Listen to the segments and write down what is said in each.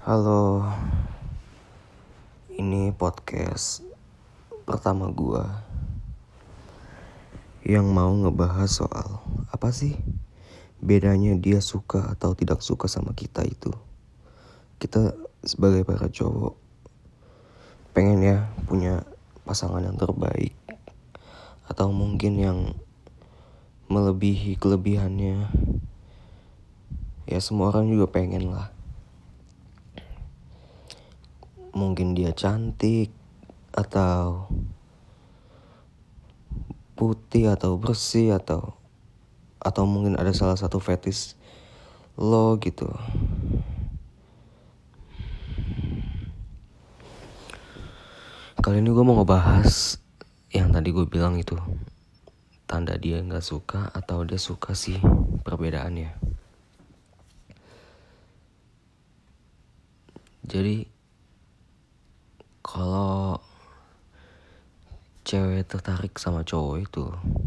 Halo, ini podcast pertama gua yang mau ngebahas soal apa sih bedanya dia suka atau tidak suka sama kita itu. Kita sebagai para cowok pengen ya punya pasangan yang terbaik atau mungkin yang melebihi kelebihannya. Ya semua orang juga pengen lah. Mungkin dia cantik atau putih atau bersih atau mungkin ada salah satu fetish lo gitu. Kali ini gue mau ngebahas yang tadi gue bilang itu, tanda dia gak suka atau dia suka sih, perbedaannya. Jadi kalau cewek tertarik sama cowok itu,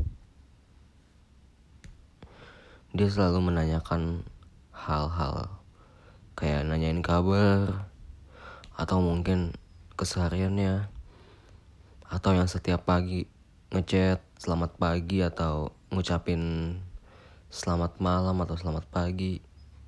dia selalu menanyakan hal-hal kayak nanyain kabar, atau mungkin kesehariannya, atau yang setiap pagi ngechat selamat pagi atau ngucapin selamat malam atau selamat pagi.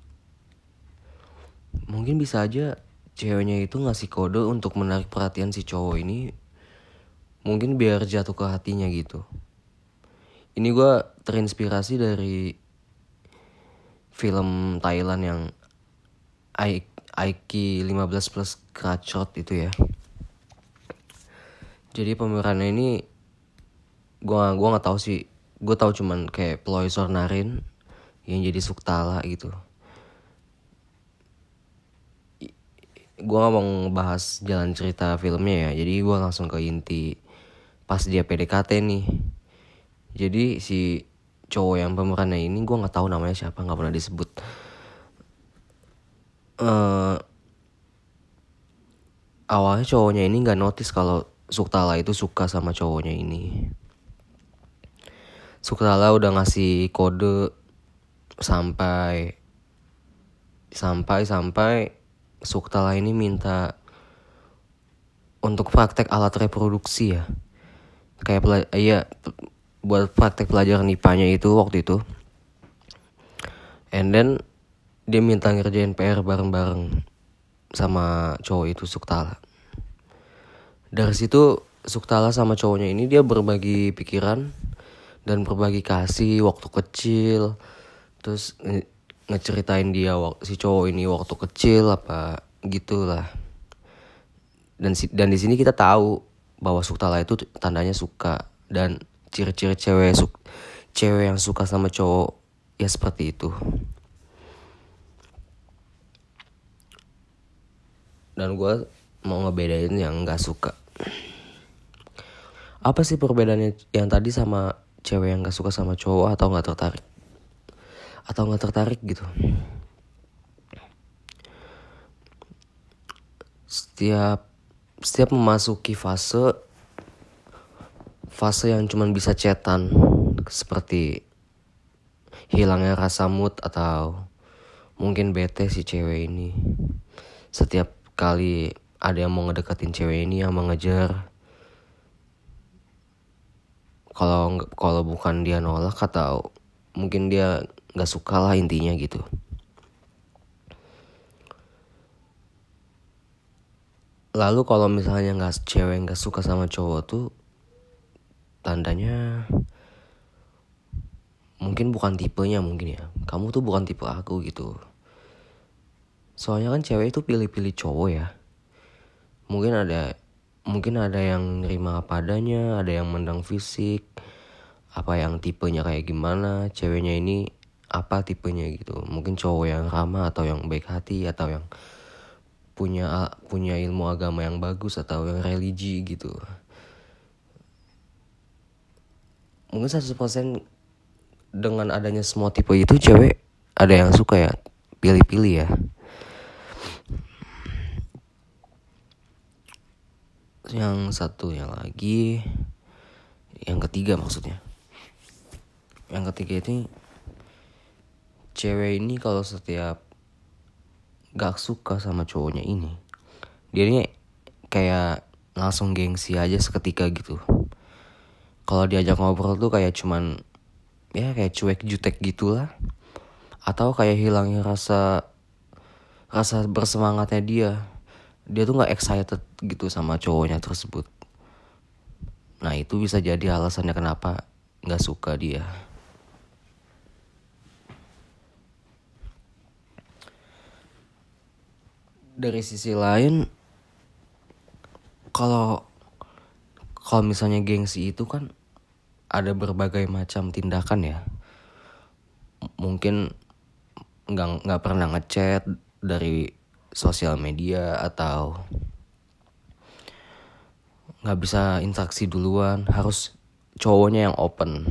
Mungkin bisa aja ceweknya itu ngasih kode untuk menarik perhatian si cowok ini, mungkin biar jatuh ke hatinya gitu. Ini gue terinspirasi dari film Thailand yang Aiki 15 plus Krachot itu ya. Jadi pemerannya ini gua nggak tahu sih. Gue tahu cuman kayak Ploy Sornarin yang jadi Suktala gitu. Gue gak mau ngebahas jalan cerita filmnya ya. Jadi gue langsung ke inti pas dia PDKT nih. Jadi si cowok yang pemerannya ini gue gak tahu namanya siapa, gak pernah disebut. Awalnya cowoknya ini gak notice kalau Suktala itu suka sama cowoknya ini. Suktala udah ngasih kode sampai Suktala ini minta untuk praktek alat reproduksi ya. Kayak buat praktek pelajaran IPA-nya itu waktu itu. And then dia minta ngerjain PR bareng-bareng sama cowok itu Suktala. Dari situ Suktala sama cowoknya ini dia berbagi pikiran dan berbagi kasih waktu kecil. Terus ngeceritain dia si cowok ini waktu kecil apa gitulah. Dan di sini kita tahu bahwa Suktala itu tandanya suka, dan ciri-ciri cewek yang suka sama cowok ya seperti itu. Dan gue mau ngebedain yang gak suka. Apa sih perbedaannya yang tadi sama cewek yang gak suka sama cowok atau gak tertarik gitu. Setiap memasuki fase yang cuman bisa chatan, seperti hilangnya rasa mood atau mungkin bete si cewek ini. Setiap kali ada yang mau ngedeketin cewek ini yang mengejar, kalau bukan dia nolak atau mungkin dia gak suka lah intinya gitu. Lalu kalau misalnya cewek gak suka sama cowok tuh, tandanya mungkin bukan tipenya mungkin ya. Kamu tuh bukan tipe aku gitu. Soalnya kan cewek itu pilih-pilih cowok ya. Mungkin ada yang nerima apa adanya, ada yang mendang fisik, apa yang tipenya kayak gimana, ceweknya ini apa tipenya gitu. Mungkin cowok yang ramah atau yang baik hati atau yang punya ilmu agama yang bagus atau yang religi gitu. Mungkin 100% dengan adanya semua tipe itu cewek ada yang suka ya, pilih-pilih ya. Yang satunya lagi, yang ketiga maksudnya. Yang ketiga ini, cewek ini kalau setiap gak suka sama cowoknya ini, dia ini kayak langsung gengsi aja seketika gitu. Kalau diajak ngobrol tuh kayak cuman ya kayak cuek jutek gitulah, atau kayak hilangnya rasa bersemangatnya dia tuh nggak excited gitu sama cowoknya tersebut. Nah itu bisa jadi alasannya kenapa nggak suka dia. Dari sisi lain, kalau misalnya gengsi itu kan ada berbagai macam tindakan ya. Mungkin nggak pernah ngechat dari sosial media, atau nggak bisa interaksi duluan. Harus cowoknya yang open,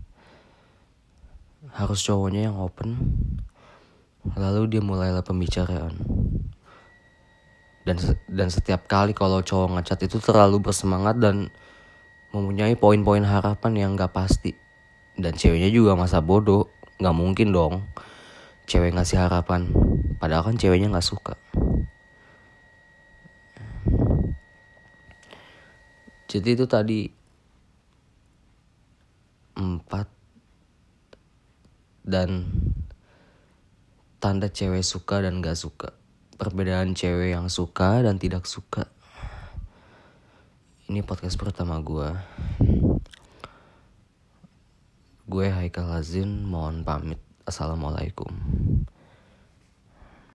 lalu dia mulailah pembicaraan. Dan setiap kali kalau cowok ngechat itu terlalu bersemangat dan mempunyai poin-poin harapan yang gak pasti. Dan ceweknya juga masa bodoh, gak mungkin dong cewek ngasih harapan padahal kan ceweknya gak suka. Jadi itu tadi 4 dan tanda cewek suka dan gak suka. Perbedaan cewek yang suka dan tidak suka. Ini podcast pertama gue Haikal Lazin, mohon pamit. Assalamualaikum.